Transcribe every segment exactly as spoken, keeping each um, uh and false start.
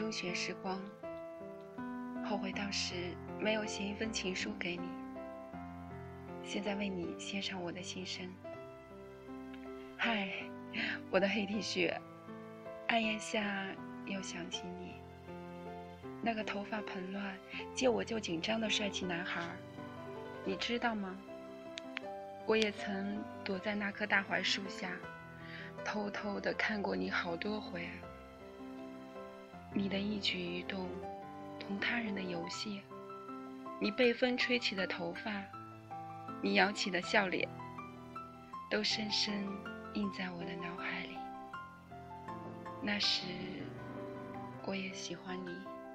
中学时光，后悔当时没有写一封情书给你。现在为你献上我的心声。嗨，我的黑 T 恤，暗夜下又想起你，那个头发蓬乱见我就紧张的帅气男孩，你知道吗？我也曾躲在那棵大槐树下，偷偷地看过你好多回。你的一举一动，同他人的游戏，你被风吹起的头发，你扬起的笑脸，都深深印在我的脑海里。那时，我也喜欢你。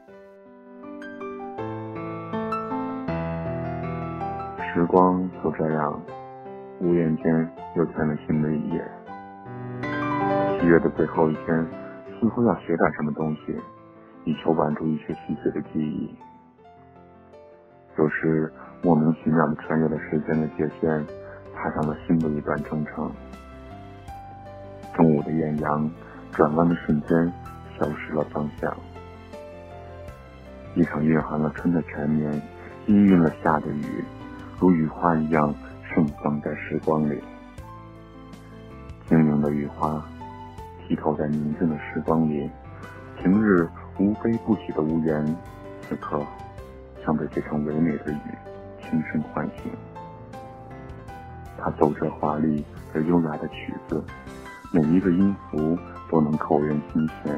时光就这样，无言间又添了新的一页。七月的最后一天，似乎要写点什么东西，以求挽住一些细碎的记忆。有时莫名其妙地穿越了时间的界限，踏上了新的一段征程。中午的艳阳转弯的瞬间消失了方向，一场蕴含了春的缠绵，氤氲了夏的雨，如雨花一样盛放在时光里。晶莹的雨花剔透在宁静的时光里，平日无悲不喜的屋檐，此刻像被这场唯美的雨轻声唤醒。它奏着华丽而优雅的曲子，每一个音符都能扣人心弦。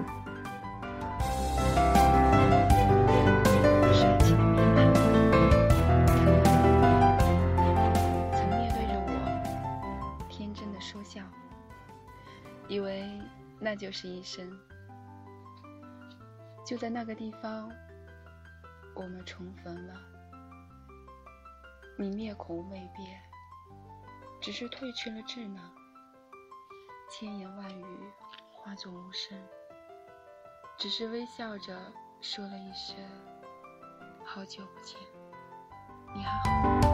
曾面对着我天真的说笑，以为那就是一生。就在那个地方，我们重逢了。你面孔未变，只是褪去了稚嫩，千言万语化作无声，只是微笑着说了一声好久不见，你还好吗？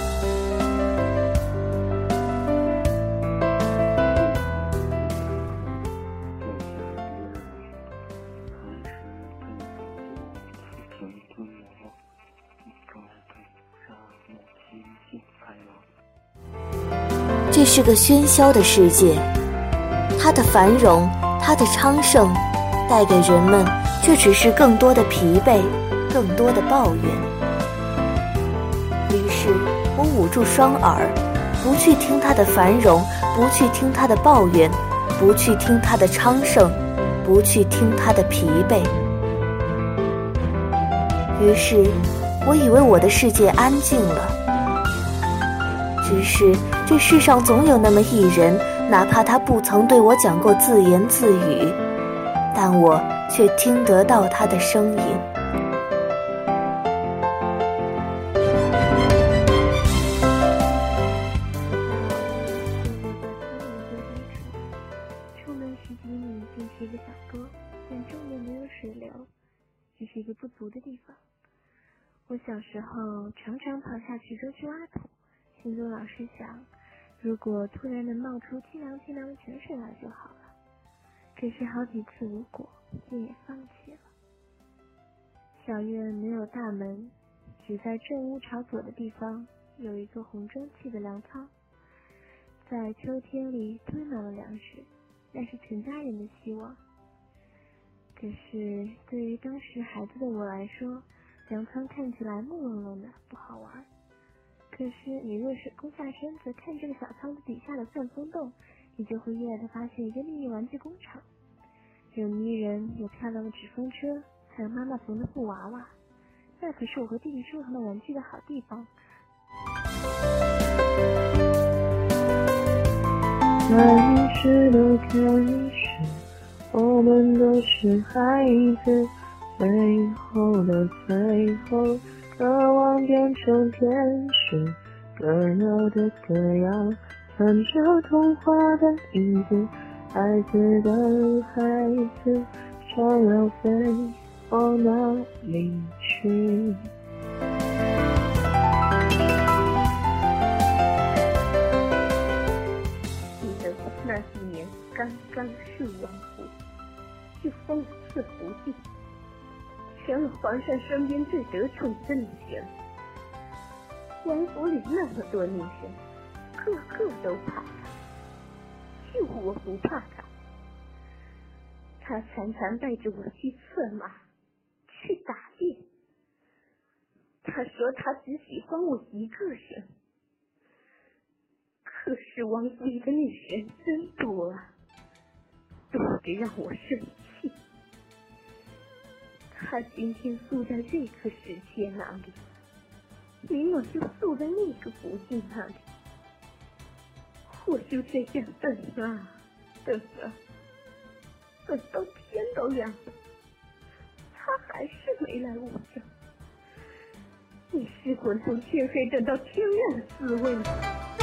这是个喧嚣的世界，它的繁荣，它的昌盛，带给人们却只是更多的疲惫，更多的抱怨。于是我捂住双耳，不去听它的繁荣，不去听它的抱怨，不去听它的昌盛，不去听它的疲惫。于是我以为我的世界安静了，只是这世上总有那么一人，哪怕他不曾对我讲过自言自语，但我却听得到他的声音。 出门十几米便是一个小沟，但重点没有水流，只是一个不足的地方。我小时候常常跑下去捉去挖土，心中老是想，如果突然能冒出清凉清凉的泉水来就好了。可是好几次无果，便也放弃了。小院没有大门，只在正屋朝左的地方有一个红砖砌的粮仓，在秋天里堆满了粮食，那是全家人的希望。可是对于当时孩子的我来说，粮仓看起来木愣愣的，不好玩。可是你若是弓下身子看这个小仓子底下的钻风洞，你就会意外地发现一个秘密玩具工厂，有泥人，有漂亮的纸风车，还有妈妈缝的布娃娃，那可是我和弟弟收藏的玩具的好地方。 开始的开始，我们都是孩子，最后的最后，渴望变成天使，各有的各样，穿着童话的影子，孩子的孩子，想要飞往哪里去？ 记得那几年刚刚是王府，是风刺胡地， 成了皇上身边最得宠的女人。王府里那么多女人，个个都怕她，就我不怕她。她常常带着我去策马，去打猎。她说她只喜欢我一个人，可是王府里的女人真多啊，多得让我生气。她今天宿在这个石阶那里，明晚就宿在那个福晋那里，我就这样等啊等啊，等到天都亮了，他还是没来我家。你试过从天黑等到天亮的滋味吗？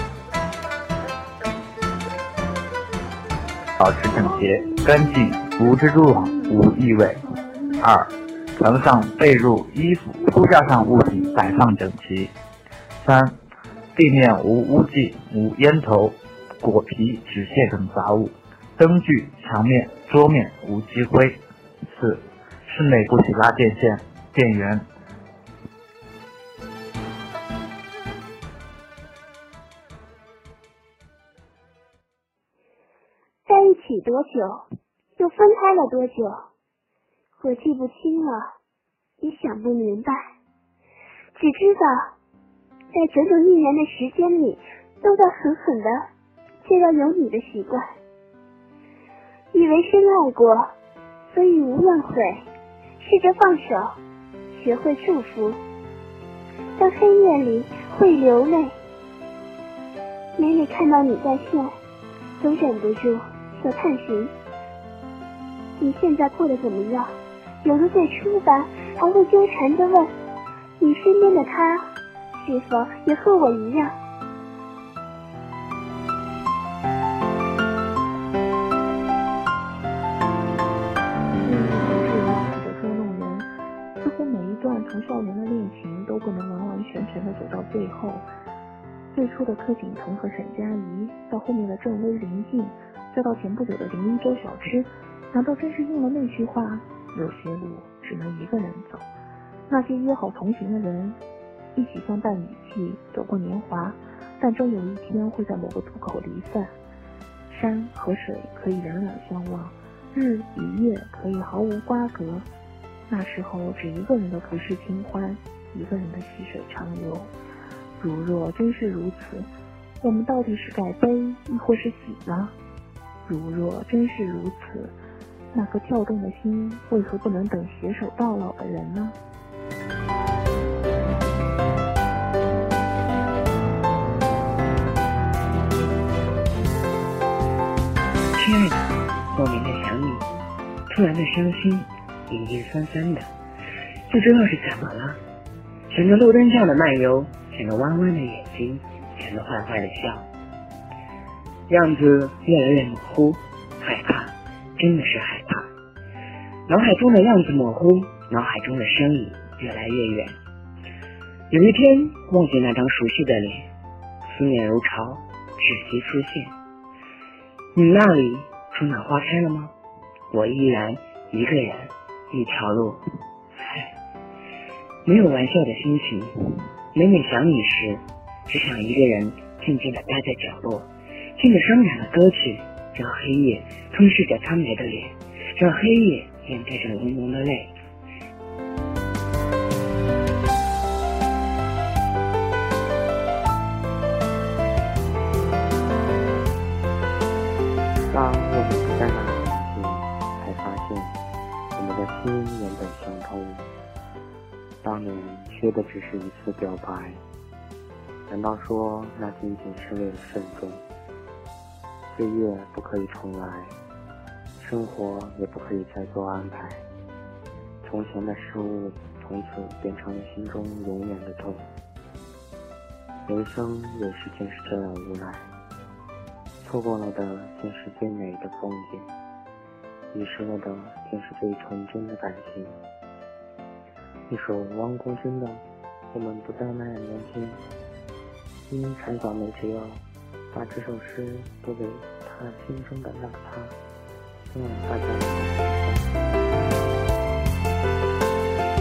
保持整洁、干净，无蜘蛛网，无异味。二、床上、被褥、衣服、书架上物品摆放整齐。三、地面无污迹、无烟头、果皮、纸屑等杂物。灯具、墙面、桌面无积灰。四、室内不许拉电线、电源。 在一起多久，又分开了多久，我记不清了，也想不明白，只知道在整整一年的时间里，都在狠狠的戒掉有你的习惯。以为深爱过，所以无怨悔，试着放手，学会祝福。当黑夜里会流泪，每每看到你在线，都忍不住要探寻你现在过得怎么样，犹如最初般，还会纠缠着问你身边的他是否也和我一样。 似乎每一段从校园的恋情都不能完完全全的走到最后。最初的柯景腾和沈佳宜，到后面的郑微林静，再到前不久的林一周小吃，难道真是应了那句话，有些路只能一个人走？那些约好同行的人，一起相伴雨季走过年华，但终有一天会在某个渡口离散。山和水可以两两相望，日与月可以毫无瓜葛，那时候只一个人的浮世清欢，一个人的细水长流。如若真是如此，我们到底是该悲亦或是喜呢？如若真是如此，那颗跳动的心为何不能等携手到老的人呢？ 亲爱的，莫名的想你，突然的伤心，隐隐酸酸的，不知道是怎么了。选着路灯下的漫游，选着弯弯的眼睛，选着坏坏的笑，样子越来越模糊，害怕，真的是害怕。脑海中的样子模糊，脑海中的身影越来越远。有一天望见那张熟悉的脸，思念如潮，窒息出现。你那里春暖花开了吗？我依然一个人，一条路。唉，没有玩笑的心情，每每想你时，只想一个人静静地待在角落，听着伤感的歌曲，让黑夜吞噬着苍白的脸，让黑夜掩盖着浓浓的泪。 当我们不在那个环境，才发现我们的心原本相通。当年缺的只是一次表白，难道说那仅仅是为了慎重？岁月不可以重来，生活也不可以再做安排。从前的事物从此变成了心中永远的痛。人生有时竟是这样无奈，错过了的竟是最美的风景，遗失了的竟是最纯真的感情。一首汪国真的《我们不再那样年轻》，因陈小梅只要把这首诗读给他心中的那个他，希望大家能够喜欢。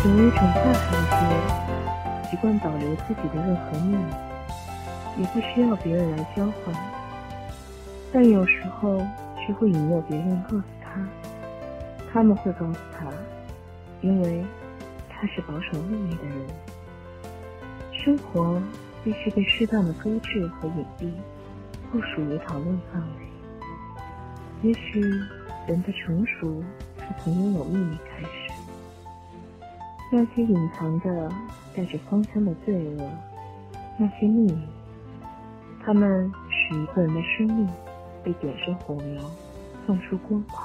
作为一种大孩子，习惯保留自己的任何秘密，也不需要别人来交换，但有时候却会引诱别人告诉他，他们会告诉他，因为他是保守秘密的人。生活必须被适当的搁置和隐蔽，不属于讨论范围。也许人的成熟是从拥有秘密开始，那些隐藏的带着芳香的罪恶，那些秘密，它们使一个人的生命被点上火苗，放出光芒。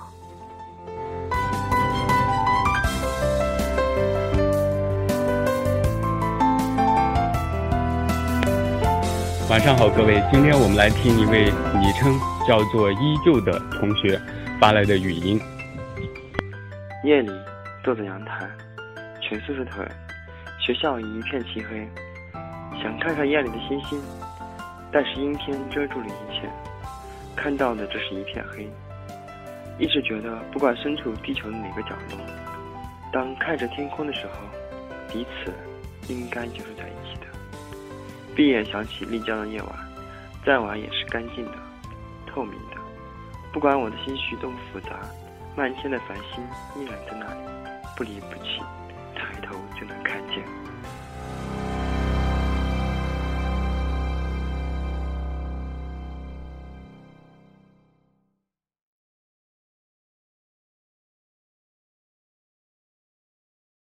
晚上好，各位，今天我们来听一位昵称叫做依旧的同学发来的语音。 夜里坐在阳台，蜷缩着腿，学校已一片漆黑，想看看夜里的星星，但是阴天遮住了一切，看到的只是一片黑。一直觉得不管身处地球的哪个角落，当看着天空的时候，彼此应该就是在一起的。闭眼想起丽江的夜晚，再晚也是干净的、透明的。不管我的心绪多么复杂，漫天的繁星依然在那里，不离不弃。